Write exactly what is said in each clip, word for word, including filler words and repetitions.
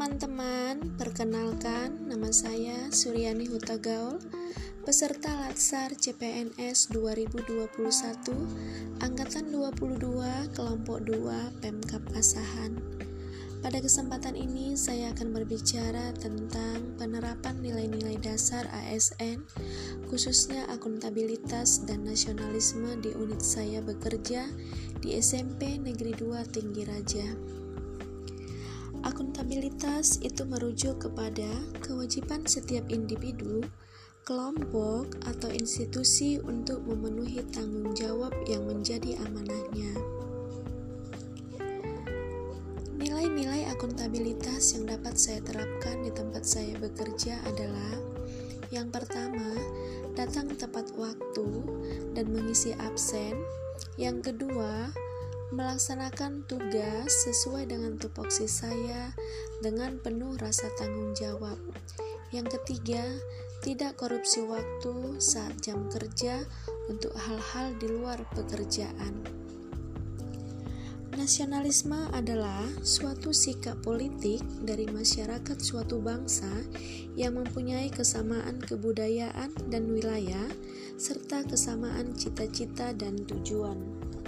teman-teman, perkenalkan nama saya Suryani Hutagaul, peserta Latsar C P N S dua ribu dua puluh satu, Angkatan dua puluh dua, Kelompok dua, Pemkab Asahan. Pada kesempatan ini, saya akan berbicara tentang penerapan nilai-nilai dasar A S N, khususnya akuntabilitas dan nasionalisme di unit saya bekerja di S M P Negeri dua Tinggi Raja. Akuntabilitas itu merujuk kepada kewajiban setiap individu, kelompok, atau institusi untuk memenuhi tanggung jawab yang menjadi amanahnya. Nilai-nilai akuntabilitas yang dapat saya terapkan di tempat saya bekerja adalah: yang pertama, datang tepat waktu dan mengisi absen. Yang kedua, melaksanakan tugas sesuai dengan tupoksi saya dengan penuh rasa tanggung jawab. Yang ketiga, tidak korupsi waktu saat jam kerja untuk hal-hal di luar pekerjaan. Nasionalisme adalah suatu sikap politik dari masyarakat suatu bangsa yang mempunyai kesamaan kebudayaan dan wilayah, serta kesamaan cita-cita dan tujuan.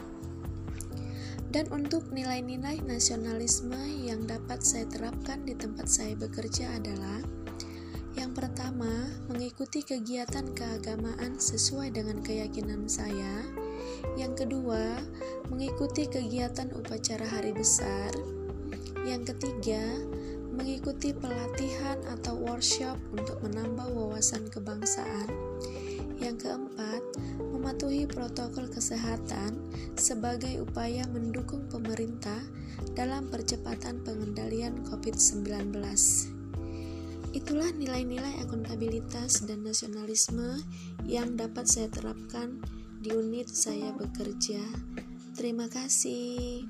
Dan untuk nilai-nilai nasionalisme yang dapat saya terapkan di tempat saya bekerja adalah: yang pertama, mengikuti kegiatan keagamaan sesuai dengan keyakinan saya. Yang kedua, mengikuti kegiatan upacara hari besar. Yang ketiga, mengikuti pelatihan atau workshop untuk menambah wawasan kebangsaan. Yang keempat, mematuhi protokol kesehatan sebagai upaya mendukung pemerintah dalam percepatan pengendalian covid sembilan belas. Itulah nilai-nilai akuntabilitas dan nasionalisme yang dapat saya terapkan di unit saya bekerja. Terima kasih.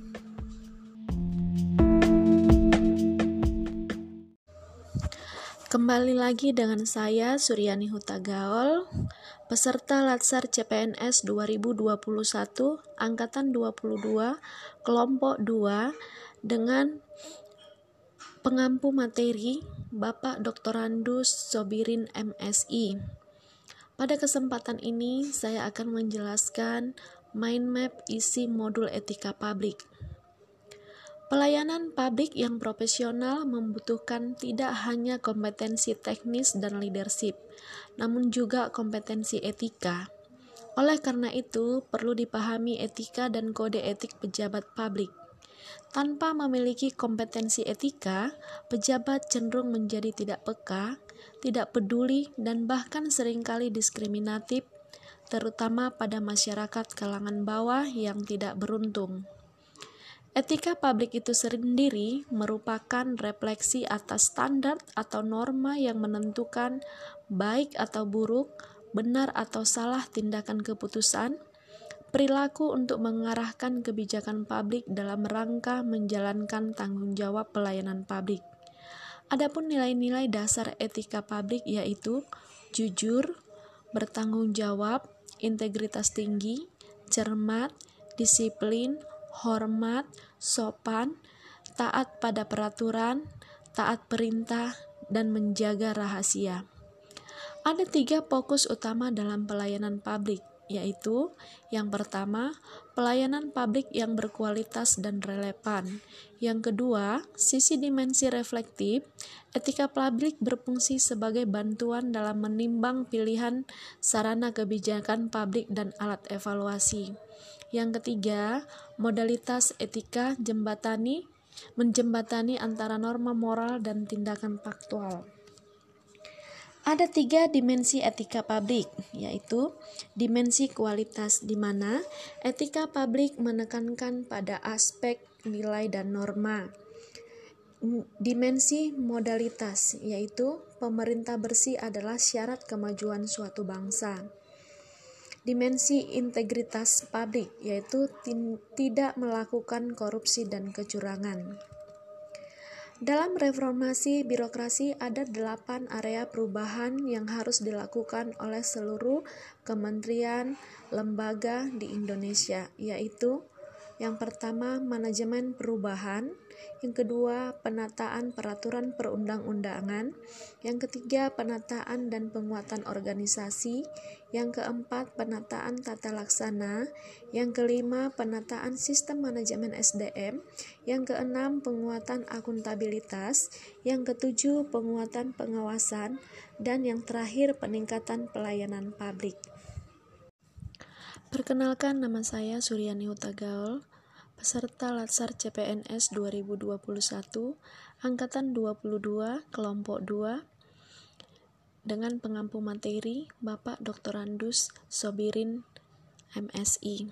Kembali lagi dengan saya Suryani Hutagaul, peserta Latsar C P N S dua ribu dua puluh satu, Angkatan dua puluh dua, Kelompok dua, dengan pengampu materi Bapak Doktorandus Sobirin M Si. Pada kesempatan ini, saya akan menjelaskan mind map isi modul etika publik. Pelayanan publik yang profesional membutuhkan tidak hanya kompetensi teknis dan leadership, namun juga kompetensi etika. Oleh karena itu, perlu dipahami etika dan kode etik pejabat publik. Tanpa memiliki kompetensi etika, pejabat cenderung menjadi tidak peka, tidak peduli, dan bahkan seringkali diskriminatif, terutama pada masyarakat kalangan bawah yang tidak beruntung. Etika publik itu sendiri merupakan refleksi atas standar atau norma yang menentukan baik atau buruk, benar atau salah tindakan keputusan, perilaku untuk mengarahkan kebijakan publik dalam rangka menjalankan tanggung jawab pelayanan publik. Adapun nilai-nilai dasar etika publik yaitu jujur, bertanggung jawab, integritas tinggi, cermat, disiplin, hormat, sopan, taat pada peraturan, taat perintah, dan menjaga rahasia. Ada tiga fokus utama dalam pelayanan publik, yaitu yang pertama, pelayanan publik yang berkualitas dan relevan. Yang kedua, sisi dimensi reflektif. Etika publik berfungsi sebagai bantuan dalam menimbang pilihan sarana kebijakan publik dan alat evaluasi. Yang ketiga, modalitas etika jembatani, menjembatani antara norma moral dan tindakan faktual. Ada tiga dimensi etika publik, yaitu dimensi kualitas, di mana etika publik menekankan pada aspek nilai dan norma. Dimensi modalitas, yaitu pemerintah bersih adalah syarat kemajuan suatu bangsa. Dimensi integritas publik, yaitu tin- tidak melakukan korupsi dan kecurangan. Dalam reformasi birokrasi ada delapan area perubahan yang harus dilakukan oleh seluruh kementerian, lembaga di Indonesia, yaitu Yang pertama, manajemen perubahan. Yang kedua, penataan peraturan perundang-undangan. Yang ketiga, penataan dan penguatan organisasi. Yang keempat, penataan tata laksana. Yang kelima, penataan sistem manajemen S D M. Yang keenam, penguatan akuntabilitas. Yang ketujuh, penguatan pengawasan. Dan yang terakhir, peningkatan pelayanan publik. Perkenalkan, nama saya Suryani Hutagaul, peserta Latsar C P N S dua ribu dua puluh satu, Angkatan dua puluh dua, Kelompok dua, dengan pengampu materi Bapak Doktor Andus Sobirin, M Si.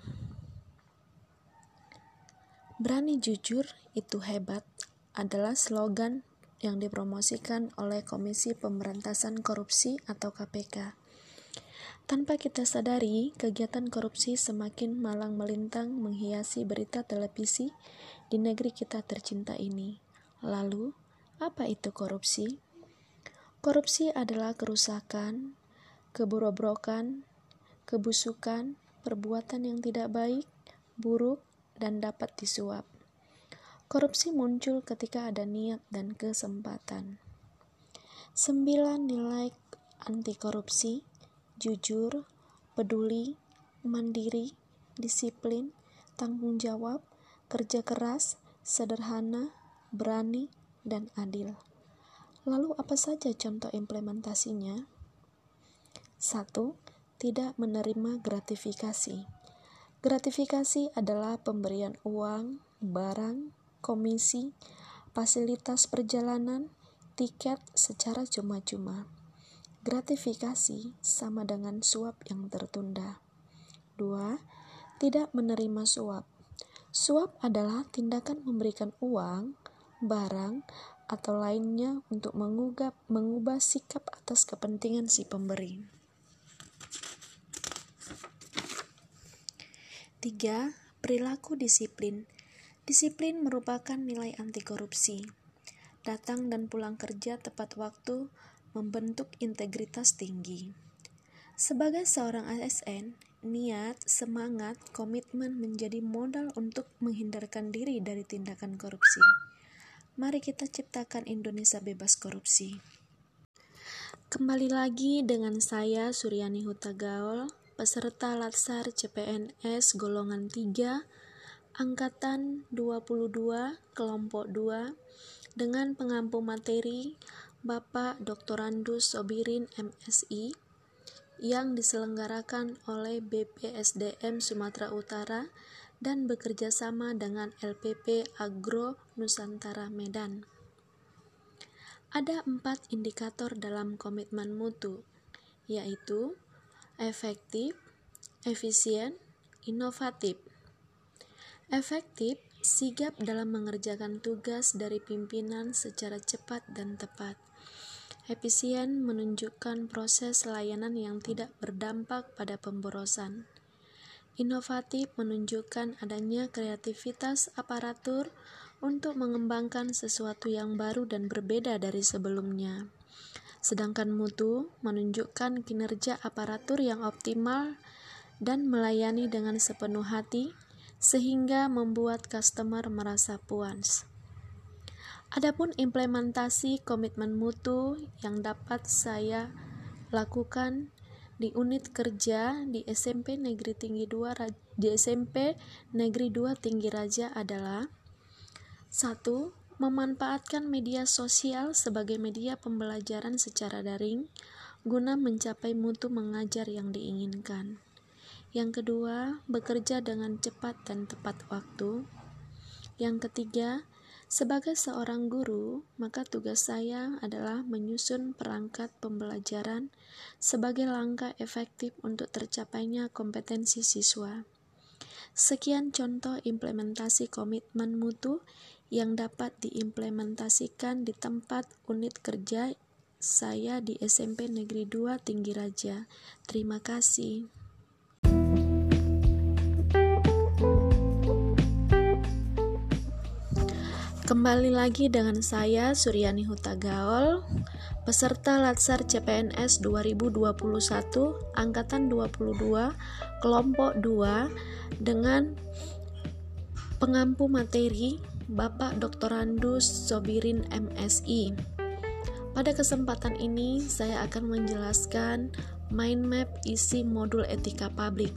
Berani jujur itu hebat adalah slogan yang dipromosikan oleh Komisi Pemberantasan Korupsi atau K P K. Tanpa kita sadari, kegiatan korupsi semakin malang melintang menghiasi berita televisi di negeri kita tercinta ini. Lalu, apa itu korupsi? Korupsi adalah kerusakan, keborobrokan, kebusukan, perbuatan yang tidak baik, buruk, dan dapat disuap. Korupsi muncul ketika ada niat dan kesempatan. Sembilan nilai anti korupsi: jujur, peduli, mandiri, disiplin, tanggung jawab, kerja keras, sederhana, berani, dan adil. Lalu apa saja contoh implementasinya? Satu. Tidak menerima gratifikasi. Gratifikasi adalah pemberian uang, barang, komisi, fasilitas perjalanan, tiket secara cuma-cuma. Gratifikasi sama dengan suap yang tertunda. Dua. Tidak menerima suap. Suap adalah tindakan memberikan uang, barang, atau lainnya untuk mengubah, mengubah sikap atas kepentingan si pemberi. Tiga. Perilaku disiplin. Disiplin merupakan nilai anti korupsi. Datang dan pulang kerja tepat waktu, membentuk integritas tinggi. Sebagai seorang A S N, niat, semangat, komitmen menjadi modal untuk menghindarkan diri dari tindakan korupsi. Mari kita ciptakan Indonesia bebas korupsi. Kembali lagi dengan saya Suryani Hutagaul, peserta Latsar C P N S golongan tiga, Angkatan dua puluh dua, Kelompok dua, dengan pengampu materi Bapak Doktor Andus Sobirin M Si, yang diselenggarakan oleh B P S D M Sumatera Utara dan bekerja sama dengan L P P Agro Nusantara Medan. Ada empat indikator dalam komitmen mutu, yaitu efektif, efisien, inovatif. Efektif, sigap dalam mengerjakan tugas dari pimpinan secara cepat dan tepat. Efisien menunjukkan proses layanan yang tidak berdampak pada pemborosan. Inovatif menunjukkan adanya kreativitas aparatur untuk mengembangkan sesuatu yang baru dan berbeda dari sebelumnya. Sedangkan mutu menunjukkan kinerja aparatur yang optimal dan melayani dengan sepenuh hati, sehingga membuat customer merasa puas. Adapun implementasi komitmen mutu yang dapat saya lakukan di unit kerja di S M P Negeri Tinggi dua di S M P Negeri dua Tinggi Raja adalah: satu. Memanfaatkan media sosial sebagai media pembelajaran secara daring guna mencapai mutu mengajar yang diinginkan. Yang kedua, bekerja dengan cepat dan tepat waktu. Yang ketiga, sebagai seorang guru, maka tugas saya adalah menyusun perangkat pembelajaran sebagai langkah efektif untuk tercapainya kompetensi siswa. Sekian contoh implementasi komitmen mutu yang dapat diimplementasikan di tempat unit kerja saya di S M P Negeri dua Tinggi Raja. Terima kasih. Kembali lagi dengan saya Suryani Hutagaul, peserta Latsar C P N S dua ribu dua puluh satu, Angkatan dua puluh dua, Kelompok dua, dengan Pengampu materi Bapak Doktor Randus Sobirin M Si. Pada kesempatan ini saya akan menjelaskan mind map isi modul etika publik.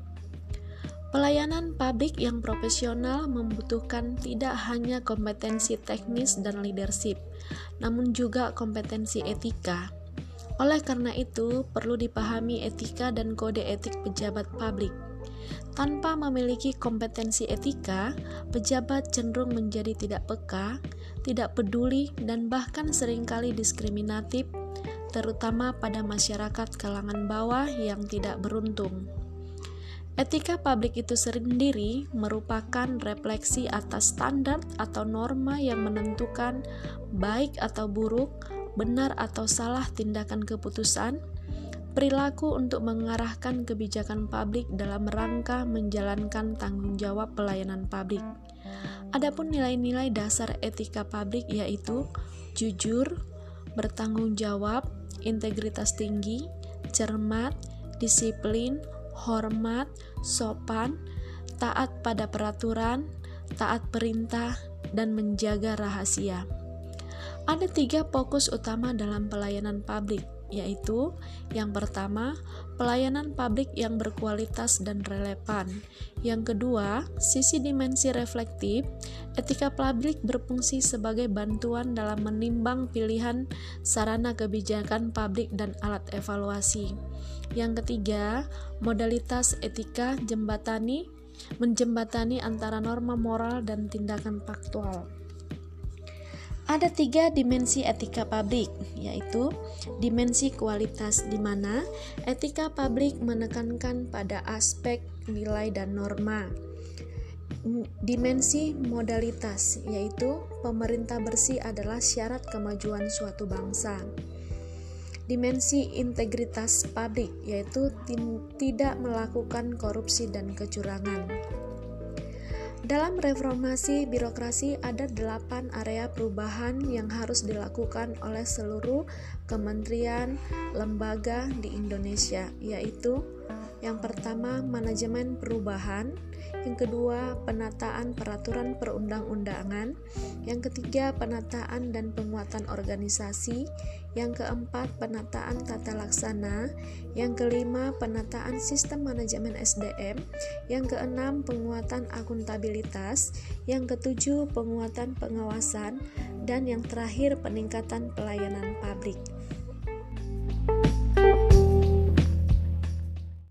Pelayanan publik yang profesional membutuhkan tidak hanya kompetensi teknis dan leadership, namun juga kompetensi etika. Oleh karena itu, perlu dipahami etika dan kode etik pejabat publik. Tanpa memiliki kompetensi etika, pejabat cenderung menjadi tidak peka, tidak peduli, dan bahkan seringkali diskriminatif, terutama pada masyarakat kalangan bawah yang tidak beruntung. Etika publik itu sendiri merupakan refleksi atas standar atau norma yang menentukan baik atau buruk, benar atau salah tindakan keputusan, perilaku untuk mengarahkan kebijakan publik dalam rangka menjalankan tanggung jawab pelayanan publik. Adapun nilai-nilai dasar etika publik yaitu jujur, bertanggung jawab, integritas tinggi, cermat, disiplin, hormat, sopan, taat pada peraturan, taat perintah, dan menjaga rahasia. Ada tiga fokus utama dalam pelayanan publik, yaitu yang pertama, pelayanan publik yang berkualitas dan relevan. Yang kedua, sisi dimensi reflektif. Etika publik berfungsi sebagai bantuan dalam menimbang pilihan sarana kebijakan publik dan alat evaluasi. Yang ketiga, modalitas etika jembatani menjembatani antara norma moral dan tindakan faktual. Ada tiga dimensi etika publik, yaitu dimensi kualitas, di mana etika publik menekankan pada aspek nilai dan norma. Dimensi modalitas, yaitu pemerintah bersih adalah syarat kemajuan suatu bangsa. Dimensi integritas publik, yaitu tidak melakukan korupsi dan kecurangan. Dalam reformasi birokrasi ada delapan area perubahan yang harus dilakukan oleh seluruh kementerian, lembaga di Indonesia, yaitu yang pertama manajemen perubahan, yang kedua penataan peraturan perundang-undangan, yang ketiga penataan dan penguatan organisasi, yang keempat penataan tata laksana, yang kelima penataan sistem manajemen S D M, yang keenam penguatan akuntabilitas, yang ketujuh penguatan pengawasan, dan yang terakhir peningkatan pelayanan publik.